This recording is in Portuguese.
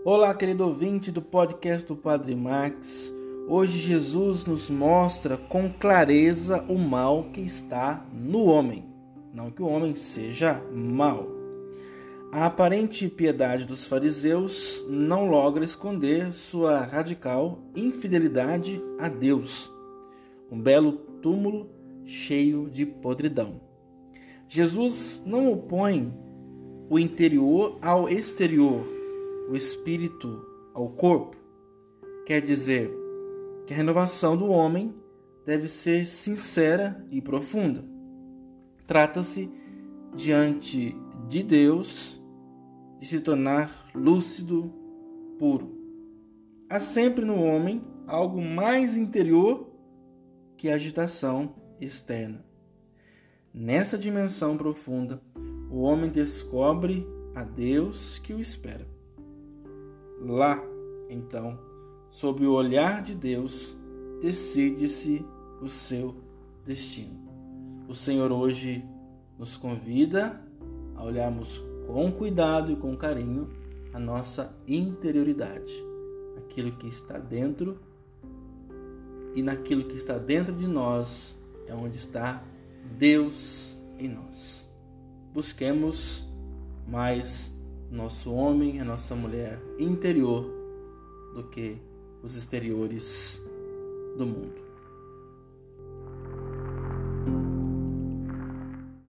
Olá, querido ouvinte do podcast do Padre Max. Hoje Jesus nos mostra com clareza o mal que está no homem. Não que o homem seja mau. A aparente piedade dos fariseus não logra esconder sua radical infidelidade a Deus. Um belo túmulo cheio de podridão. Jesus não opõe o interior ao exterior, o espírito ao corpo. Quer dizer que a renovação do homem deve ser sincera e profunda. Trata-se, diante de Deus, de se tornar lúcido, puro. Há sempre no homem algo mais interior que a agitação externa. Nessa dimensão profunda, o homem descobre a Deus que o espera. Lá, então, sob o olhar de Deus, decide-se o seu destino. O Senhor hoje nos convida a olharmos com cuidado e com carinho a nossa interioridade, aquilo que está dentro, e naquilo que está dentro de nós é onde está Deus em nós. Busquemos mais nosso homem, a nossa mulher interior do que os exteriores do mundo.